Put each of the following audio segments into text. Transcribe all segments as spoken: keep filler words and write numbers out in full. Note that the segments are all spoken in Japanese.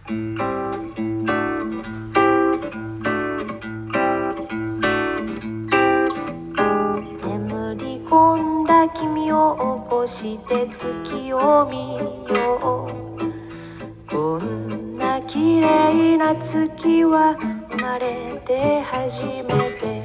り込んだ君を起こして月を見よう。こんな綺麗な月は生まれて初めて。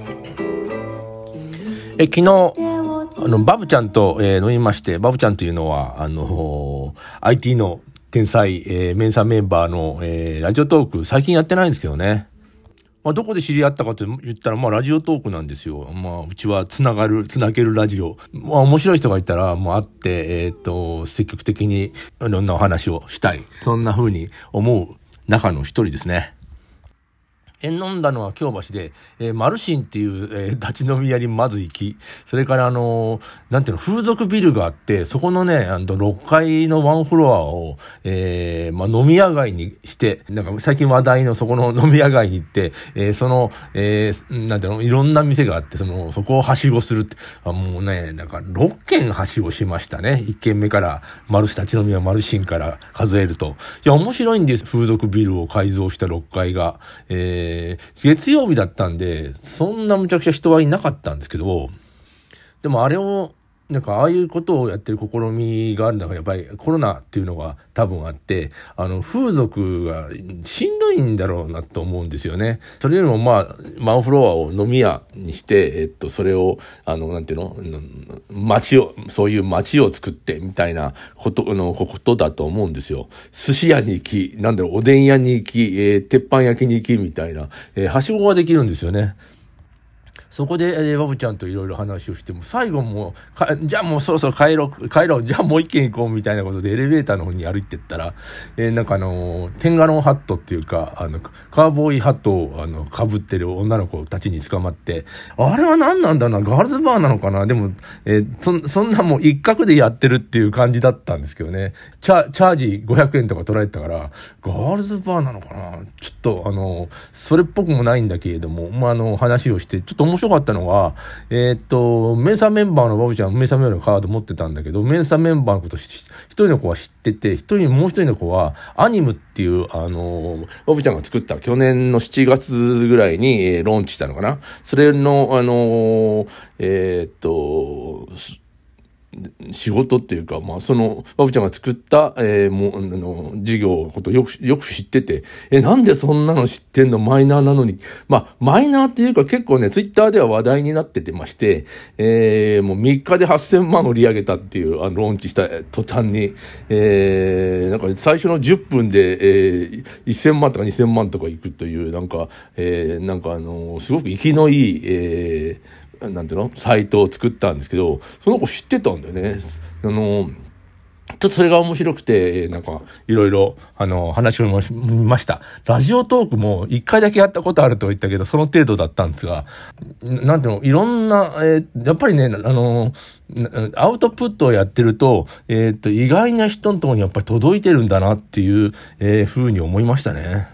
え昨日あのバブちゃんと、えー、飲みまして、バブちゃんというのはあの アイティー の天才、えー、メンサメンバーの、えー、ラジオトーク最近やってないんですけどね。まあ、どこで知り合ったかと言ったら、まあ、ラジオトークなんですよ。まあ、うちはつながる、つなげるラジオ。まあ、面白い人がいたら、もう会って、えっと、積極的にいろんなお話をしたい。そんな風に思う中の一人ですね。え飲んだのは京橋で、えー、マルシンっていう、えー、立ち飲み屋にまず行き、それからあのー、なんていうの、風俗ビルがあって、そこのね、あのろっかいのワンフロアを、えー、まあ、飲み屋街にして、なんか最近話題のそこの飲み屋街に行って、えー、その、えー、なんていうの、いろんな店があって、その、そこをはしごするって、あもうね、なんかろっけんはしごしましたね。いっけんめから、マルシ立ち飲み屋マルシンから数えると。いや、面白いんです。風俗ビルを改造したろっかいが。えー月曜日だったんで、そんなむちゃくちゃ人はいなかったんですけど、でもあれを、なんかああいうことをやってる試みがあるのがやっぱりコロナっていうのが多分あって、あの風俗がしんどいんだろうなと思うんですよね。それよりもまあ、ワンフロアを飲み屋にして、えっと、それを、あの、なんていうの、街を、そういう街を作ってみたいなことのことだと思うんですよ。寿司屋に行き、なんだろう、おでん屋に行き、えー、鉄板焼きに行きみたいな、えー、はしごができるんですよね。そこで、えー、バブちゃんといろいろ話をしても、最後もか、じゃあもうそろそろ帰ろう、帰ろう、じゃあもう一軒行こうみたいなことでエレベーターの方に歩いてったら、えー、なんかあのー、テンガロンハットっていうか、あの、カーボーイハットをあの、被ってる女の子たちに捕まって、あれは何なんだな、ガールズバーなのかな、でも、えー、そ、そんなもう一角でやってるっていう感じだったんですけどね。チャ、チャージごひゃくえんとか取られてたから、ガールズバーなのかな、ちょっとあのー、それっぽくもないんだけれども、まあ、あの、話をして、ちょっと面白かったのは、えー、っと、メンサメンバーのバブちゃん、メンサメンバーのカード持ってたんだけど、メンサメンバーのこと一人の子は知ってて、一人、もう一人の子は、アニムっていう、あの、バブちゃんが作った去年のしちがつぐらいに、えー、ローンチしたのかな。それの、あの、えー、っと、仕事っていうか、まあ、その、バブちゃんが作った、えー、もう、あの、事業のことをよく、よく知ってて、え、なんでそんなの知ってんのマイナーなのに。まあ、マイナーっていうか結構ね、ツイッターでは話題になっててまして、えー、もうみっかではっせんまん売り上げたっていう、あの、ローンチした途端に、えー、なんか最初のじゅっぷんで、えー、せんまんとかにせんまんとかいくという、なんか、えー、なんかあの、すごく生きのいい、えー、なんていうのサイトを作ったんですけど、その子知ってたんだよね。あの、ちょっとそれが面白くて、なんか、いろいろ、あの、話を見ました。ラジオトークも一回だけやったことあると言ったけど、その程度だったんですが、なんていうの、いろんな、えー、やっぱりね、あの、アウトプットをやってると、えっと、意外な人のところにやっぱり届いてるんだなっていう、えー、ふうに思いましたね。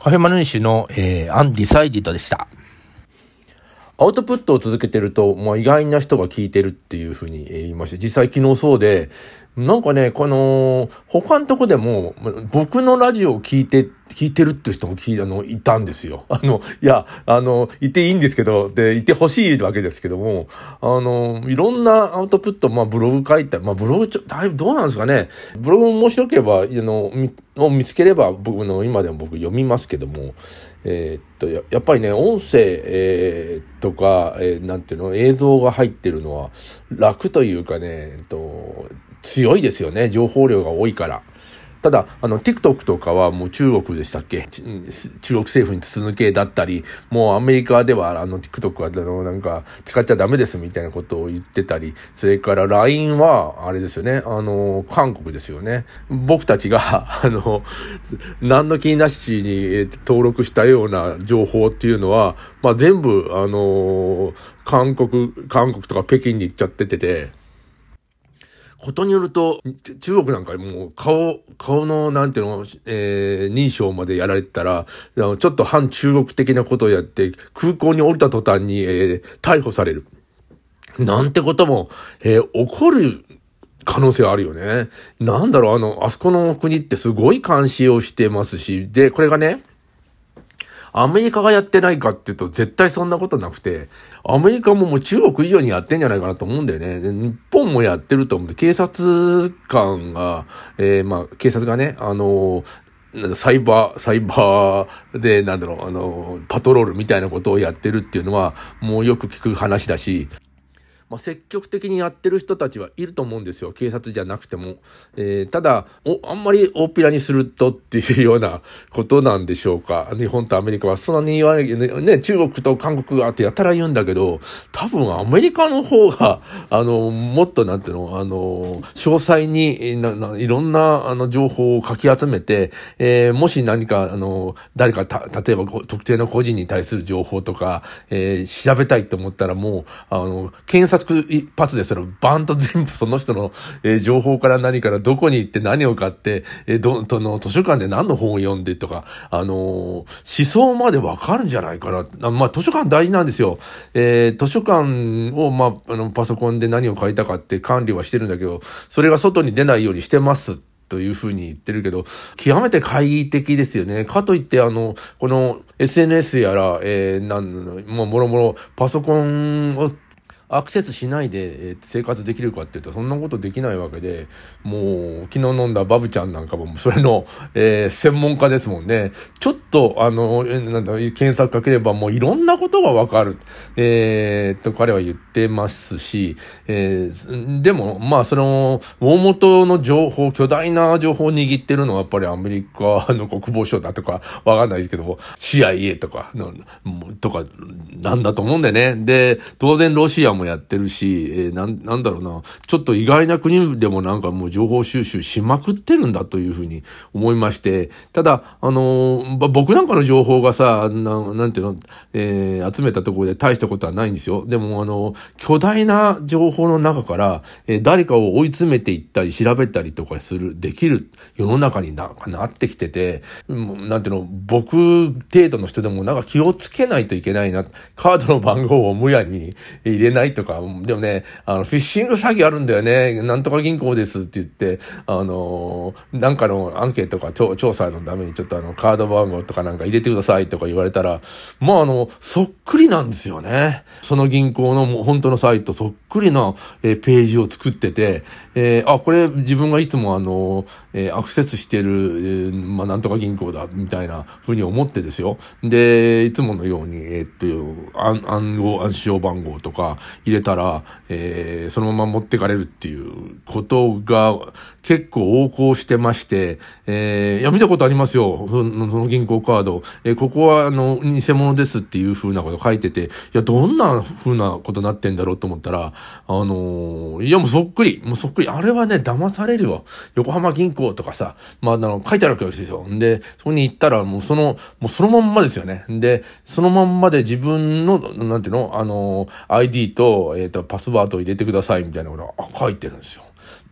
カフェマヌニシュの、えー、アンディサイディッドでした。アウトプットを続けてると、まあ、意外な人が聞いてるっていうふうに言いまして、実際昨日そうで、なんかね、この、他のとこでも、僕のラジオを聞いて、聞いてるっていう人も聞いたの、いたんですよ。あの、いや、あの、いていいんですけど、で、いてほしいわけですけども、あの、いろんなアウトプット、まあ、ブログ書いた、まあ、ブログちょ、だいぶどうなんですかね。ブログ面白ければ、あの、を見つければ、僕の、今でも僕読みますけども、えー、っとや、やっぱりね、音声、えー、とか、えー、なんていうの、映像が入ってるのは楽というかね、えっと、強いですよね。情報量が多いから。ただ、あの、TikTok とかはもう中国でしたっけ？中国政府に筒抜けだったり、もうアメリカではあの TikTok はあのなんか使っちゃダメですみたいなことを言ってたり、それから ライン はあれですよね、あの、韓国ですよね。僕たちが、あの、何の気なしに登録したような情報っていうのは、まあ全部、あの、韓国、韓国とか北京に行っちゃっててて、ことによると、中国なんかもう顔、顔のなんていうの、えー、認証までやられてたら、ちょっと反中国的なことをやって、空港に降りた途端に、えー、逮捕される。なんてことも、えー、起こる可能性あるよね。なんだろう、あの、あそこの国ってすごい監視をしてますし、で、これがね、アメリカがやってないかっていうと絶対そんなことなくて、アメリカももう中国以上にやってんじゃないかなと思うんだよね。で日本もやってると思うんで、警察官が、えー、まあ、警察がね、あのー、サイバー、サイバーで、なんだろう、あのー、パトロールみたいなことをやってるっていうのは、もうよく聞く話だし、まあ、積極的にやってる人たちはいると思うんですよ。警察じゃなくても。えー、ただお、あんまり大っぴらにするとっていうようなことなんでしょうか。日本とアメリカはそんなに言わない、ね、中国と韓国があってやたら言うんだけど、多分アメリカの方が、あの、もっとなんていうの、あの、詳細になないろんなあの情報をかき集めて、えー、もし何か、あの、誰かた、例えば特定の個人に対する情報とか、えー、調べたいと思ったらもう、あの、検索一発でそれをバンと全部その人の、えー、情報から何からどこに行って何を買って、えー、ど、どの図書館で何の本を読んでとか、あのー、思想までわかるんじゃないかな。まあ、図書館大事なんですよ。えー、図書館を、まあ、あの、パソコンで何を買いたかって管理はしてるんだけど、それが外に出ないようにしてます。というふうに言ってるけど、極めて懐疑的ですよね。かといって、あの、この エスエヌエス やら、えー、なん、もうもろもろパソコンをアクセスしないで、えー、生活できるかって言うとそんなことできないわけで、もう昨日飲んだバブちゃんなんかもそれの、えー、専門家ですもんね。ちょっとあのなんだ検索かければもういろんなことがわかる、えー、と彼は言ってますし、えー、でもまあその大元の情報、巨大な情報を握ってるのはやっぱりアメリカの国防省だとかわかんないですけども シーアイエー とかのとかなんだと思うんだよね。で当然ロシアもやってるし、えー、なん、なんだろうな、ちょっと意外な国でもなんかもう情報収集しまくってるんだというふうに思いまして、ただ、あのー、僕なんかの情報がさ、な、なんていうの、えー、集めたところで大したことはないんですよ。でも、あの、巨大な情報の中から、えー、誰かを追い詰めていったり調べたりとかする、できる世の中にな、なってきてて、なんていうの、僕程度の人でもなんか気をつけないといけないな、カードの番号をむやみに入れないとか、でもね、あの、フィッシング詐欺あるんだよね。なんとか銀行ですって言って、あの、なんかのアンケートとか調査のためにちょっとあの、カード番号とかなんか入れてくださいとか言われたら、まああの、そっくりなんですよね。その銀行のもう本当のサイトそっくりな、えー、ページを作ってて、えー、あ、これ自分がいつもあの、えー、アクセスしてる、えー、まあなんとか銀行だ、みたいなふうに思ってですよ。で、いつものように、えー、っと、暗、暗号、暗証番号とか入れたら、えー、そのまま持ってかれるっていうことが結構横行してまして、えー、いや見たことありますよ。その、その銀行カード、えー、ここはあの偽物ですっていう風なこと書いてて、いやどんな風なことになってんだろうと思ったら、あのー、いやもうそっくり、もうそっくり、あれはね騙されるよ。横浜銀行とかさ、まああの書いてあるわけですよ。で、そこに行ったらもうそのもうそのまんまですよね。で、そのまんまで自分のなんていうのあの アイディー とえっとパスワードを入れてくださいみたいなことが書いてるんですよ。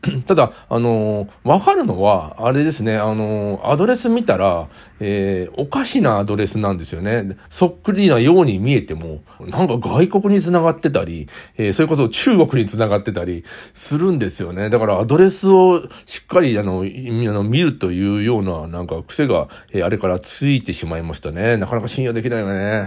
ただ、あのー、わかるのは、あれですね、あのー、アドレス見たら、えー、おかしなアドレスなんですよね。そっくりなように見えても、なんか外国に繋がってたり、えー、それこそ中国に繋がってたりするんですよね。だからアドレスをしっかり、あの、あの見るというような、なんか癖が、えー、あれからついてしまいましたね。なかなか信用できないよね。